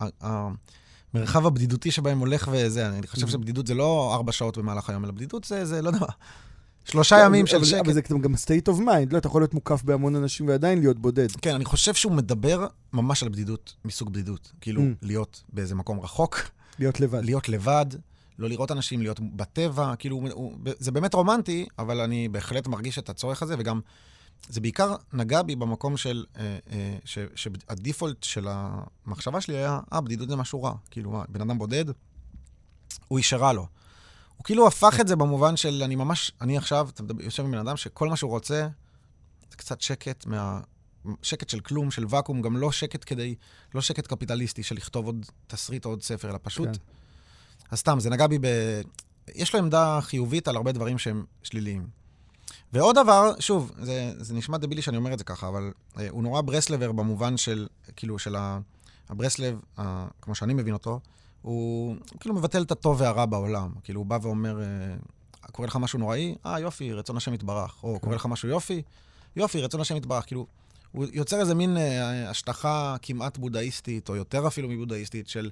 המרחב הבדידותי שבהם הולך וזה, אני חושב שבדידות זה לא 4 שעות במהלך היום, אלא בדידות זה לא דבר. 3 ימים של שקט. אבל זה גם state of mind, לא, אתה יכול להיות מוקף בהמון אנשים ועדיין להיות בודד. כן, אני חושב שהוא מדבר ממש על בדידות, מסוג בדידות. כאילו, להיות באיזה מקום רחוק. להיות לבד. להיות לבד, לא לראות אנשים, להיות בטבע, כאילו, זה באמת רומנטי, אבל אני בהחלט מרגיש את הצורך הזה, וגם זה בעיקר נגע בי במקום של, שהדיפולט של המחשבה שלי היה, בדידות זה משהו רע. כאילו, בן אדם בודד, הוא ישרה לו. הוא כאילו הפך את זה במובן של, אני עכשיו, אתה יושב עם בן אדם שכל מה שהוא רוצה, זה קצת שקט שקט של כלום, של וקום, גם לא שקט קפיטליסטי של לכתוב עוד תסריט או עוד ספר, אלא פשוט. כן. אז סתם, זה נגע בי יש לו עמדה חיובית על הרבה דברים שהם שליליים. ועוד דבר, שוב, זה נשמע דבילי שאני אומר את זה ככה, אבל הוא נורא ברסלבר במובן של, כאילו, של הברסלב, כמו שאני מבין אותו, הוא כאילו מבטל את הטוב והרע בעולם. כאילו, הוא בא ואומר, קורא לך משהו נוראי? יופי, רצון השם יתברך. או קורא לך משהו יופי, רצון השם יתברך. כאילו, הוא יוצר איזה מין השטחה כמעט בודהיסטית, או יותר אפילו מבודהיסטית, של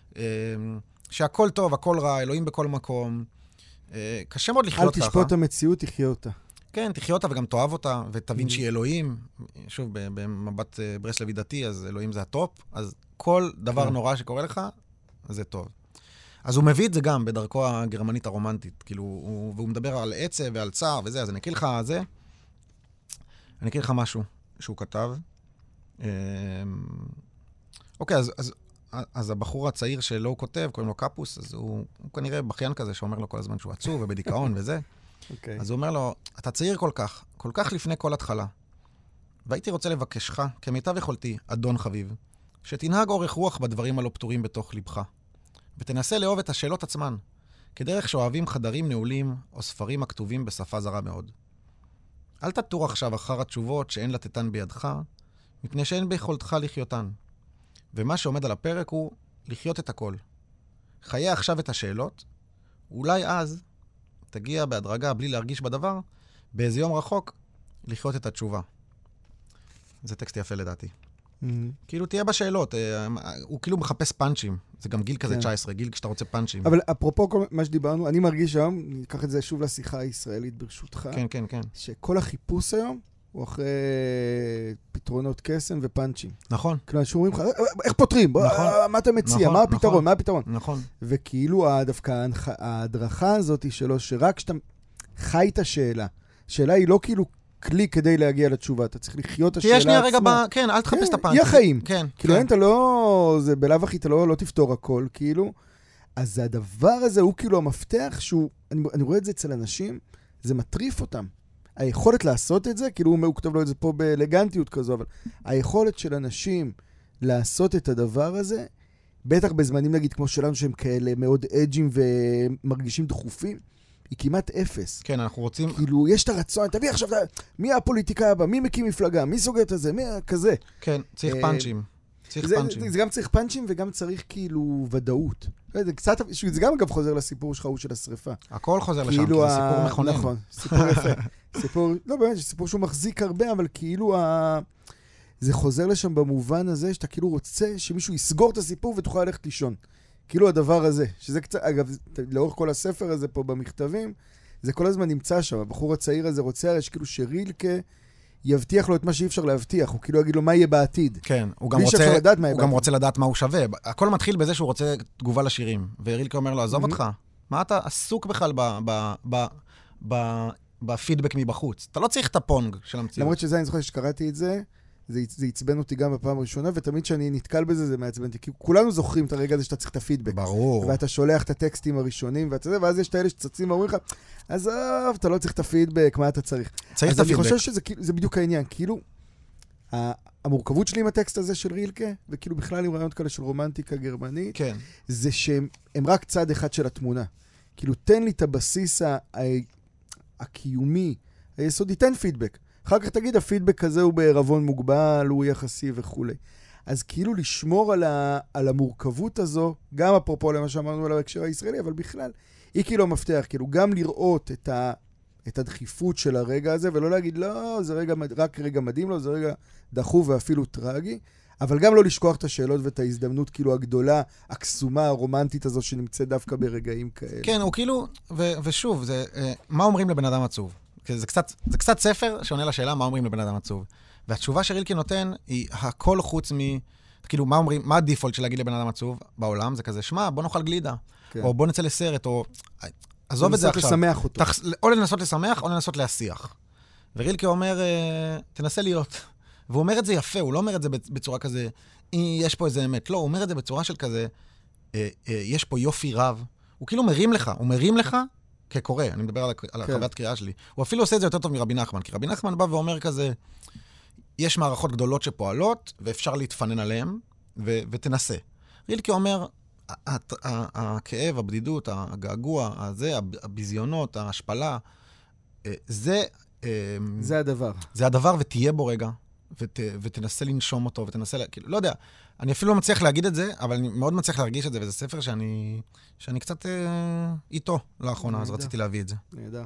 שהכל טוב, הכל רע, אלוהים בכל מקום. קשה מאוד לחיות ככה. אל תשפוט את המציאות, תחיה אותה. כן, תחיה אותה וגם תאהב אותה, ותבין שהיא אלוהים. שוב, במבט ברסלבי דתי, אז אלוהים זה הטופ, אז כל דבר נורא שקורה לך, זה טוב. אז הוא מביא את זה גם בדרכו הגרמנית הרומנטית, כאילו, והוא מדבר על עצב ועל צער וזה, אז אני אקריא לך משהו שהוא כתב. אוקיי, אז הבחור הצעיר שלו הוא כותב, קוראים לו קפוס, אז הוא כנראה בכיין כזה שאומר לו כל הזמן שהוא עצוב ובדיכאון וזה. אז הוא אומר לו, אתה צעיר כל כך לפני כל התחלה. והייתי רוצה לבקשך, כמיטב יכולתי, אדון חביב, שתנהג אורך רוח בדברים הלא פתורים בתוך לבך, ותנסה לאהוב את השאלות עצמן, כדרך שאוהבים חדרים נעולים או ספרים הכתובים בשפה זרה מאוד. אל תטור עכשיו אחר התשובות שאין לתתן בידך, מפני שאין ביכולתך לחיותן. ומה שעומד על הפרק הוא לחיות את הכל. חיה עכשיו את השאלות, אולי אז תגיע בהדרגה בלי להרגיש בדבר, באיזה יום רחוק, לחיות את התשובה. זה טקסט יפה לדעתי. כאילו תהיה בשאלות, הוא כאילו מחפש פאנצ'ים, זה גם גיל כזה 19, גיל כשאתה רוצה פאנצ'ים. אבל אפרופו כל מה שדיברנו, אני מרגיש היום, ניקח את זה שוב לשיחה הישראלית ברשותך, כן. שכל החיפוש היום הוא אחרי פתרונות קסם ופאנצ'ים. נכון. כלומר, שאומרים לך, איך פותרים? מה אתה מציע? מה הפתרון? מה הפתרון? נכון. וכאילו דווקא ההדרכה הזאת שלו, שרק כשאתה חי את השאלה, השאלה היא לא כאילו כלי כדי להגיע לתשובה, אתה צריך לחיות את השאלה עצמה. תהיה שנייה רגע, כן, אל תחפש את הפאנצ'ים. יהיה חיים. כן. כאילו, אתה לא, זה בלאו הכי, אתה לא תפתור הכל, כאילו. אז הדבר הזה הוא כאילו המפתח שהוא, אני רואה את זה אצל אנשים, זה מטריף אותם. היכולת לעשות את זה, כאילו הוא כתוב לו את זה פה באלגנטיות כזו, אבל היכולת של אנשים לעשות את הדבר הזה, בטח בזמנים נגיד כמו שלנו שהם כאלה מאוד אג'ים ומרגישים דחופים, היא כמעט אפס. כן, אנחנו רוצים... כאילו, יש את הרצון, תביא עכשיו, מי הפוליטיקאי הבא, מי מקים מפלגה, מי סוגר את זה, מי כזה. כן, צריך פאנצ'ים. זה גם צריך פאנצ'ים וגם צריך כאילו ודאות. זה גם אגב חוזר לסיפור שלך, הוא של השריפה. הכל חוזר לשם, כי זה סיפור מכונן. נכון, סיפור יפה. לא באמת, סיפור שהוא מחזיק הרבה, אבל כאילו זה חוזר לשם במובן הזה, שאתה כאילו רוצה שמישהו יסגור את הסיפור ותוכל ללכת לישון. כאילו הדבר הזה, שזה קצת, אגב, לאורך כל הספר הזה פה במכתבים, זה כל הזמן נמצא שם. הבחור הצעיר הזה רוצה, יש כאילו שרילקה יבטיח לו את מה שאי אפשר להבטיח, הוא כאילו יגיד לו מה יהיה בעתיד. כן, הוא גם רוצה לדעת מה הוא שווה. הכל מתחיל בזה שהוא רוצה תגובה לשירים, ורילקה אומר לו, עזוב אותך, מה אתה עסוק בכלל בפידבק מבחוץ? אתה לא צריך את הפונג של המציאות. למרות שזה, אני זוכר שקראתי את זה, זה יצבן אותי גם בפעם הראשונה, ותמיד שאני נתקל בזה, זה מעצבן אותי. כי כולנו זוכרים את הרגע הזה שאתה צריך את הפידבק. ברור. ואתה שולח את הטקסטים הראשונים, ואז יש את האלה שצצים ואומרים לך, עזוב, אתה לא צריך את הפידבק, מה אתה צריך? צריך את הפידבק. אז אני חושב שזה בדיוק העניין. כאילו, המורכבות שלי עם הטקסט הזה של רילקה, וכאילו בכלל עם רעיונות כאלה של רומנטיקה גרמנית, כן. זה שהם רק צד אחד של התמונה. כאילו, תן לי את הבסיס הקיומי, היסודי, תן פידבק. אחר כך תגיד, הפידבק הזה הוא בערבון מוגבל, הוא יחסי וכו'. אז כאילו לשמור על המורכבות הזו, גם אפרופו למה שאמרנו על ההקשר הישראלי, אבל בכלל, היא כאילו המפתח, כאילו גם לראות את הדחיפות של הרגע הזה, ולא להגיד, לא, זה רק רגע מדהים לו, זה רגע דחוף ואפילו טרגי, אבל גם לא לשכוח את השאלות ואת ההזדמנות כאילו הגדולה, הקסומה, הרומנטית הזו שנמצאת דווקא ברגעים כאלה. כן, הוא כאילו, ושוב, זה, מה אומרים לבן אדם עצוב? זה קצת ספר שעונה לשאלה מה אומרים לבן אדם עצוב. והתשובה שרילקה נותן היא הכל חוץ כאילו, מה אומרים, מה הדיפולט של להגיד לבן אדם עצוב בעולם? זה כזה, שמע, בוא נאכל גלידה, או בוא נצא לסרט, או עזוב את זה עכשיו. לשמח אותו. או לנסות לשמח, או לנסות להשיח. ורילקה אומר, תנסה להיות. והוא אומר את זה יפה, הוא לא אומר את זה בצורה כזה, יש פה איזה אמת. לא, הוא אומר את זה בצורה של כזה, יש פה יופי רב. הוא כאילו הוא מרים לך, כקורא, אני מדבר על חוויית קריאה שלי. הוא אפילו עושה את זה יותר טוב מרבי נחמן, כי רבי נחמן בא ואומר כזה, יש מערכות גדולות שפועלות, ואפשר להתפנן עליהן, ותנסה. רילקה אומר, הכאב, הבדידות, הגעגוע, הביזיונות, ההשפלה, זה הדבר. זה הדבר, ותהיה בו רגע, ותנסה לנשום אותו, ותנסה, לא יודע, אני אפילו לא מצליח להגיד את זה, אבל אני מאוד מצליח להרגיש את זה, וזה ספר שאני קצת איתו לאחרונה, אז רציתי להביא את זה. נהדר.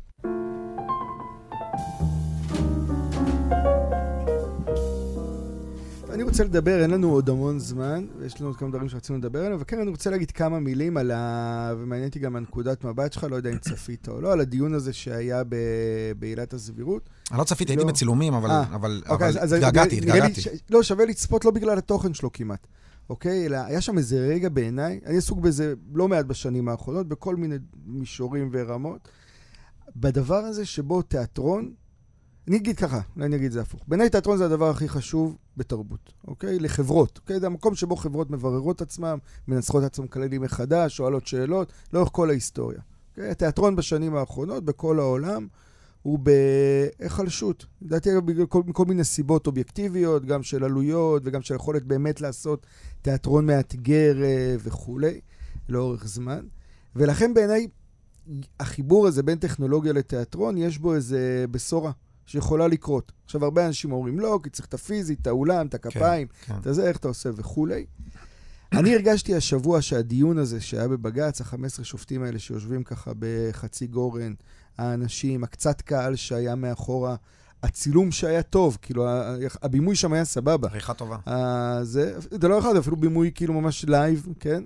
אני רוצה לדבר, אין לנו עוד המון זמן, ויש לנו עוד כמה דברים שרצינו לדבר עליהם, וכן אני רוצה להגיד כמה מילים ומעניין אותי גם הנקודת מבט שלך, לא יודע אם צפית או לא, על הדיון הזה שהיה בעילת הסבירות. אני לא צפיתי, הייתי בצילומים, אבל התגעגעתי. לא, שווה לצפות לא בגלל התוכן שלו כמעט. אוקיי? אלא היה שם איזה רגע בעיניי, אני עסוק בזה לא מעט בשנים האחרונות, בכל מיני מישורים ורמות, בדבר הזה שבו תיאטרון, אני אגיד ככה, אני אגיד זה הפוך. בעיניי תיאטרון זה הדבר הכי חשוב בתרבות, אוקיי? לחברות, אוקיי? זה המקום שבו חברות מבררות עצמם, מנצחות עצמם כללים מחדש, שואלות שאלות, לאורך כל ההיסטוריה. אוקיי? התיאטרון בשנים האחרונות, בכל העולם, הוא בהיחלשות. לדעתי כל מיני סיבות אובייקטיביות, גם של עלויות, וגם של יכולת באמת לעשות תיאטרון מאתגר וכו', לאורך זמן. ולכן בעיניי, החיבור הזה בין טכנולוגיה לתיאטרון, יש בו איזה בשורה. שיכולה לקרות. עכשיו, הרבה אנשים אומרים, לא, כי צריך את הפיזית, את האולם, את הכפיים, את זה, איך אתה עושה וכו'. אני הרגשתי השבוע שהדיון הזה שהיה בבגץ, 15 שופטים האלה שיושבים ככה בחצי גורן, האנשים, הקצת קהל שהיה מאחורה, הצילום שהיה טוב, כאילו, הבימוי שם היה סבבה. עריכה טובה. זה לא אחד, אפילו בימוי כאילו ממש לייב, כן?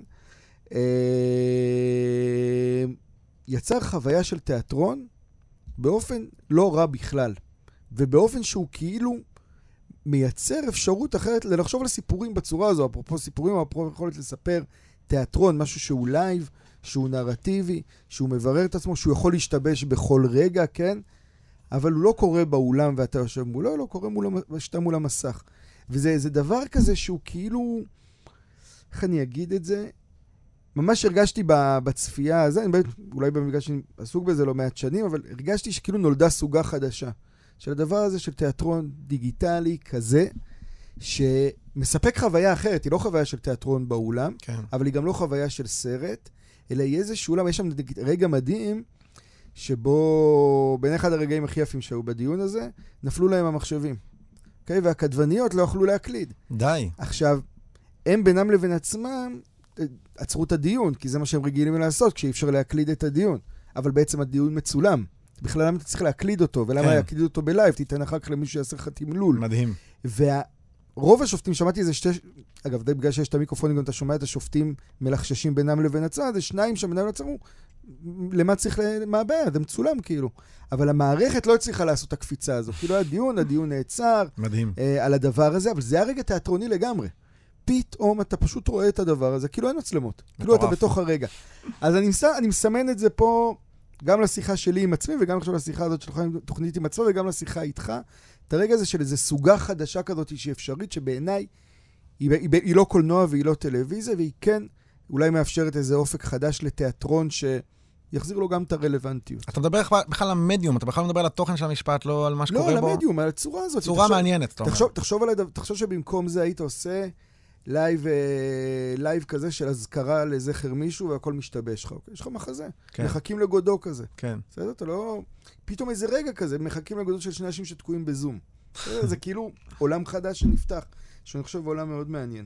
יצר חוויה של תיאטרון באופן לא רע בכלל. ובאופן שהוא כאילו מייצר אפשרות אחרת לחשוב על סיפורים בצורה הזו, אפרופו סיפורים, אפרופו יכולת לספר תיאטרון, משהו שהוא לייב, שהוא נרטיבי, שהוא מברר את עצמו, שהוא יכול להשתבש בכל רגע, כן? אבל הוא לא קורה באולם ואתה יושב מולו, לא קורה שאתה מול המסך. וזה דבר כזה שהוא כאילו, איך אני אגיד את זה? ממש הרגשתי בצפייה הזה, אולי במפגש שאני עסוק בזה לא מעט שנים, אבל הרגשתי שכאילו נולדה סוגה חדשה. של הדבר הזה של תיאטרון דיגיטלי כזה, שמספק חוויה אחרת, היא לא חוויה של תיאטרון באולם, כן. אבל היא גם לא חוויה של סרט, אלא היא איזשהו אולם, יש שם רגע מדהים, שבו בין אחד הרגעים הכי יפים שהיו בדיון הזה, נפלו להם המחשבים. Okay? והכדווניות לא יכלו להקליד. די. עכשיו, הם בינם לבין עצמם, עצרו את הדיון, כי זה מה שהם רגילים לעשות, כשאי אפשר להקליד את הדיון. אבל בעצם הדיון מצולם. בכלל למה אתה צריך להקליד אותו, ולמה להקליד אותו בלייב, תיתן אחר כך למישהו יעשה לך תמלול. מדהים. רוב השופטים, שמעתי איזה אגב, די בגלל שיש את המיקרופונים, גם אתה שומע את השופטים מלחששים בינם לבין הצד, זה שניים שמנהל עצמו, למה צריך, מה הבעיה? זה מצולם כאילו. אבל המערכת לא הצליחה לעשות את הקפיצה הזו. כאילו הדיון נעצר. מדהים. על הדבר הזה, אבל זה הרגע תיאטרוני לגמרי. פתאום אתה פשוט רואה את הדבר הזה, כאילו אין מצלמות. כאילו אתה בתוך הרגע. אז אני מסמן את זה פה, גם לשיחה שלי עם עצמי, וגם עכשיו לשיחה הזאת שלך עם תוכנית עם עצמי, וגם לשיחה איתך. את הרגע הזה של איזו סוגה חדשה כזאת שהיא אפשרית, שבעיניי היא לא קולנוע והיא לא טלוויזיה, והיא כן אולי מאפשרת איזה אופק חדש לתיאטרון שיחזיר לו גם את הרלוונטיות. אתה מדבר בכלל על המדיום, אתה בכלל מדבר על התוכן של המשפט, לא על מה שקורה בו. לא, על המדיום, על הצורה הזאת. צורה מעניינת, אתה אומר. תחשוב שבמקום זה היית עושה לייב כזה של הזכרה לזכר מישהו והכל משתבש לך. יש לך מחזה. מחכים לגודו כזה. כן. בסדר? אתה לא... פתאום איזה רגע כזה, מחכים לגודו של שני אנשים שתקועים בזום. זה כאילו עולם חדש שנפתח, שאני חושב עולם מאוד מעניין.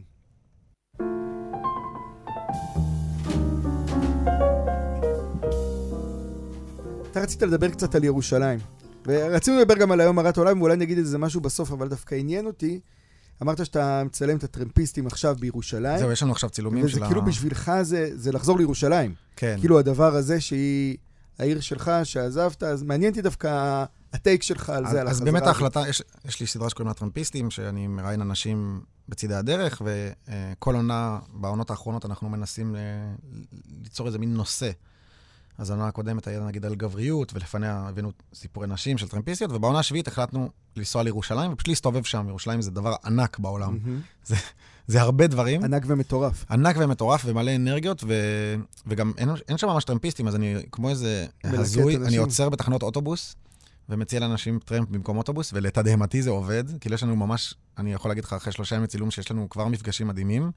אתה רצית לדבר קצת על ירושלים, ורצינו לדבר גם על היום הרת העולם, ואולי נגיד איזה משהו בסוף, אבל דווקא עניין אותי, אמרת שאתה מצלם את הטרמפיסטים עכשיו בירושלים. זהו, יש לנו עכשיו צילומים של וזה כאילו בשבילך זה לחזור לירושלים. כן. כאילו הדבר הזה שהיא העיר שלך, שעזבת, אז מעניין אותי דווקא הטייק שלך על זה. אז באמת ההחלטה, יש לי סדרה שקוראים לה טרמפיסטים, שאני מראיין אנשים בצידי הדרך, וכל עונה, בעונות האחרונות אנחנו מנסים ליצור איזה מין נושא. אז העונה הקודמת היה נגיד על גבריות, ולפניה הבאנו סיפורי נשים של טרמפיסטיות, ובעונה השביעית החלטנו לנסוע לירושלים, ופשוט להסתובב שם. ירושלים זה דבר ענק בעולם. זה הרבה דברים. ענק ומטורף. ענק ומטורף ומלא אנרגיות, וגם אין שם ממש טרמפיסטים, אז אני כמו איזה הזוי, אני עוצר בתחנות אוטובוס, ומציע לאנשים טרמפ במקום אוטובוס, ולתדהמתי זה עובד, כאילו יש לנו ממש, אני יכול להגיד לך אחרי 3 ימי צילום, שיש לנו כבר מפגשים מדהימים.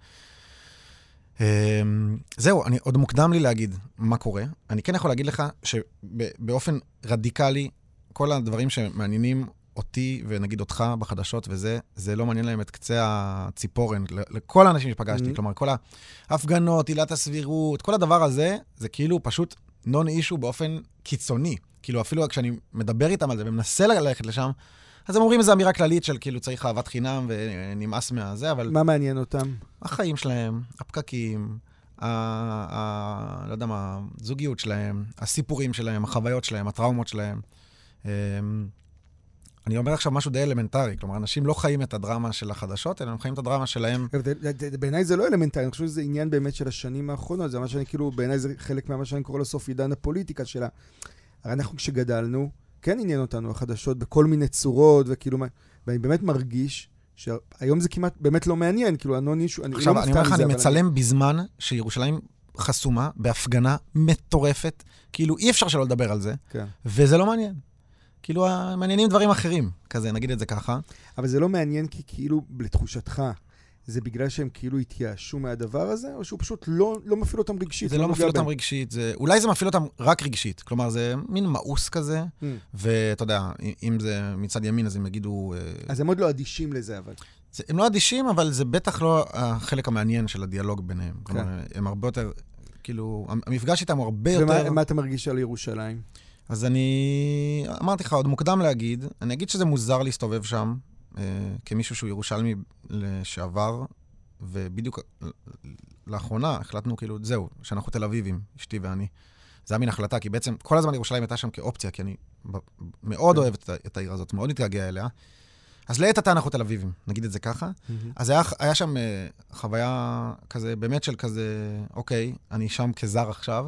זהו, עוד מוקדם לי להגיד מה קורה. אני כן יכול להגיד לך שבאופן רדיקלי, כל הדברים שמעניינים אותי ונגיד אותך בחדשות וזה, זה לא מעניין להם את קצה הציפורן, לכל האנשים שפגשתי, כלומר, כל ההפגנות, עילת הסבירות, כל הדבר הזה, זה כאילו פשוט נון אישו באופן קיצוני. כאילו אפילו כשאני מדבר איתם על זה ומנסה ללכת לשם, אז הם אומרים איזו אמירה כללית של כאילו צריך אהבת חינם ונמאס מהזה, אבל... מה מעניין אותם? החיים שלהם, הפקקים, לא יודע מה, הזוגיות שלהם, הסיפורים שלהם, החוויות שלהם, הטראומות שלהם. אני אומר עכשיו משהו די אלמנטרי, כלומר, אנשים לא חיים את הדרמה של החדשות, אלא הם חיים את הדרמה שלהם. בעיניי זה לא אלמנטרי, אני חושב שזה עניין באמת של השנים האחרונות, זה מה שאני כאילו, בעיניי זה חלק מהמה שאני קורא לו סוף עידן הפוליטיקה שלה. הרי אנחנו כשגדלנו, כן עניין אותנו החדשות בכל מיני צורות, וכאילו, ואני באמת מרגיש שהיום זה כמעט באמת לא מעניין, כאילו, עכשיו, אני אומר לך, אני מצלם בזמן שירושלים חסומה, בהפגנה מטורפת, כאילו, אי אפשר שלא לדבר על זה, וזה לא מעניין. כאילו, מעניינים דברים אחרים, כזה, נגיד את זה ככה. אבל זה לא מעניין כי כאילו, לתחושתך, זה בגלל שהם כאילו התייאשו מהדבר הזה, או שהוא פשוט לא מפעיל אותם רגשית? זה לא מפעיל אותם רגשית, אולי זה מפעיל אותם רק רגשית, כלומר, זה מין מאוס כזה, ואתה יודע, אם זה מצד ימין, אז הם יגידו... אז הם עוד לא אדישים לזה, אבל... הם לא אדישים, אבל זה בטח לא החלק המעניין של הדיאלוג ביניהם. כלומר, הם הרבה יותר, כאילו, המפגש איתם הוא הרבה יותר... ומה אתה מרגיש על ירושלים? אז אני אמרתי לך, עוד מוקדם להגיד, אני אגיד שזה מוזר להסתובב שם, כמישהו שהוא ירושלמי לשעבר, ובדיוק לאחרונה החלטנו כאילו, זהו, שאנחנו תל אביבים, אשתי ואני. זה היה מין החלטה, כי בעצם כל הזמן ירושלים הייתה שם כאופציה, כי אני מאוד אוהב את העיר הזאת, מאוד מתגעגע אליה. אז לעת עתה אנחנו תל אביבים, נגיד את זה ככה. אז היה שם חוויה כזה, באמת של כזה, אוקיי, אני שם כזר עכשיו.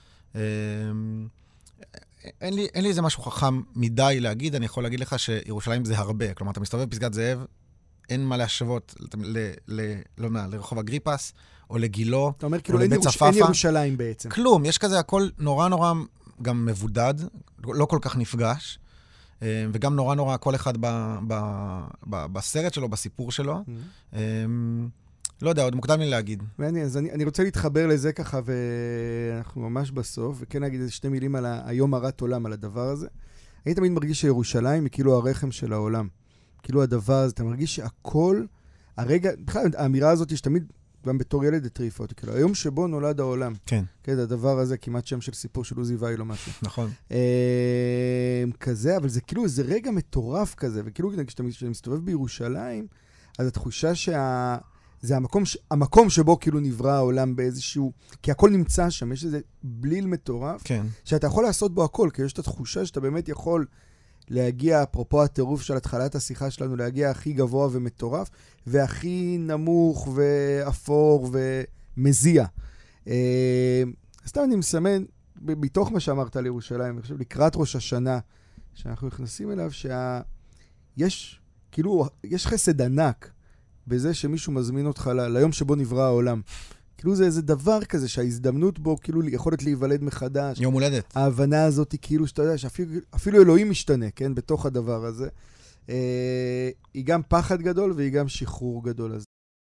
אין לי איזה משהו חכם מדי להגיד, אני יכול להגיד לך שירושלים זה הרבה. כלומר, אתה מסתובב בפסגת זאב, אין מה להשוות לרחוב אגריפס, או לגילו, אתה אומר כאילו אין ירושלים בעצם. כלום, יש כזה הכל נורא נורא גם מבודד, לא כל כך נפגש, וגם נורא נורא כל אחד בסרט שלו, בסיפור שלו. לא יודע, עוד מוקדם לי להגיד. אז אני רוצה להתחבר לזה ככה, ואנחנו ממש בסוף, וכן נגיד איזה 2 מילים על היום הרת עולם, על הדבר הזה. אני תמיד מרגיש שירושלים היא כאילו הרחם של העולם. כאילו הדבר הזה, אתה מרגיש שהכל, הרגע, בכלל, האמירה הזאת יש תמיד, גם בתור ילד הטריפה אותי, כאילו, היום שבו נולד העולם. כן. כן, הדבר הזה כמעט שם של סיפור של עוזי ואי לא משהו. נכון. כזה, אבל זה כאילו איזה רגע מטורף כזה, וכאילו כשאתה מסתובב בירושלים, אז התחושה זה המקום שבו כאילו נברא העולם באיזשהו, כי הכל נמצא שם, יש איזה בליל מטורף, כן. שאתה יכול לעשות בו הכל, כי יש את התחושה שאתה באמת יכול להגיע, אפרופו הטירוף של התחלת השיחה שלנו, להגיע הכי גבוה ומטורף, והכי נמוך ואפור ומזיע. סתם אני מסמן, מתוך מה שאמרת על ירושלים, אני חושב לקראת ראש השנה, שאנחנו נכנסים אליו, יש חסד ענק בזה שמישהו מזמין אותך ליום שבו נברא העולם. כאילו זה איזה דבר כזה שההזדמנות בו כאילו יכולת להיוולד מחדש. יום הולדת. ההבנה הזאת היא כאילו שאתה יודע שאפילו אלוהים משתנה, כן? בתוך הדבר הזה. היא גם פחד גדול והיא גם שחרור גדול. אז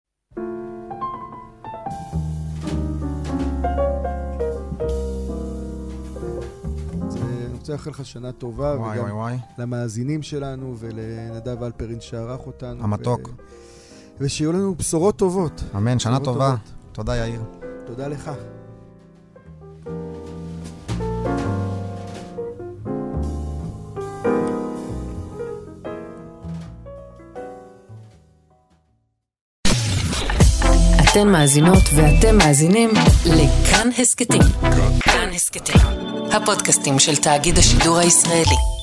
אני רוצה לאחל לך שנה טובה. וואי. למאזינים שלנו ולנדב אלפרין שערך אותנו. המתוק. ושיהיו לנו בשורות טובות. אמן, שנה טובה. תודה יאיר. תודה לך. אתן מאזינות ואתם מאזינים לכאן הסקטים. כאן הסקטים, הפודקאסטים של תאגיד השידור הישראלי.